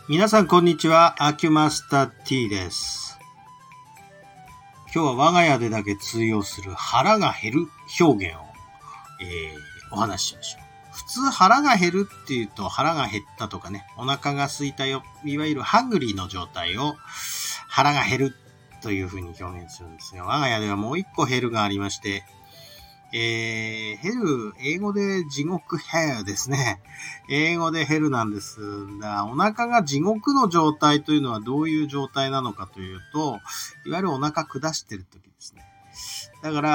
皆さんこんにちは、アキュマスター T です。今日は我が家でだけ通用する腹が減る表現を、お話ししましょう。普通腹が減るっていうと腹が減ったとかね、お腹が空いたよ、いわゆるハングリーの状態を腹が減るというふうに表現するんですが、我が家ではもう一個減るがありまして、ヘル、英語で地獄ヘルですね。英語でヘルなんです。お腹が地獄の状態というのはどういう状態なのかというと、いわゆるお腹下してる時ですね。だから、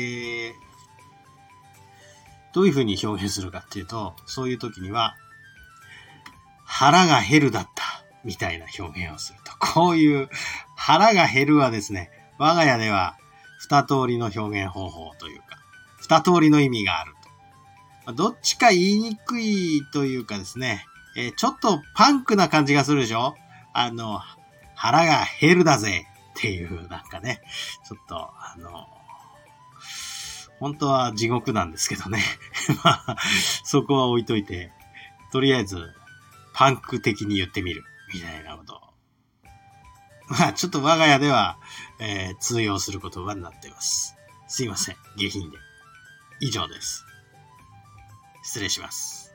どういうふうに表現するかっていうと、そういう時には、腹がヘルだったみたいな表現をすると。こういう腹が減るはですね、我が家では二通りの表現方法というか、二通りの意味があると。どっちか言いにくいというかですね、ちょっとパンクな感じがするでしょ？腹が減るだぜっていうなんかね、ちょっと本当は地獄なんですけどね。まあ、そこは置いといて、とりあえずパンク的に言ってみるみたいなことを。まあ、ちょっと我が家では、通用する言葉になっています。すいません。下品で。以上です。失礼します。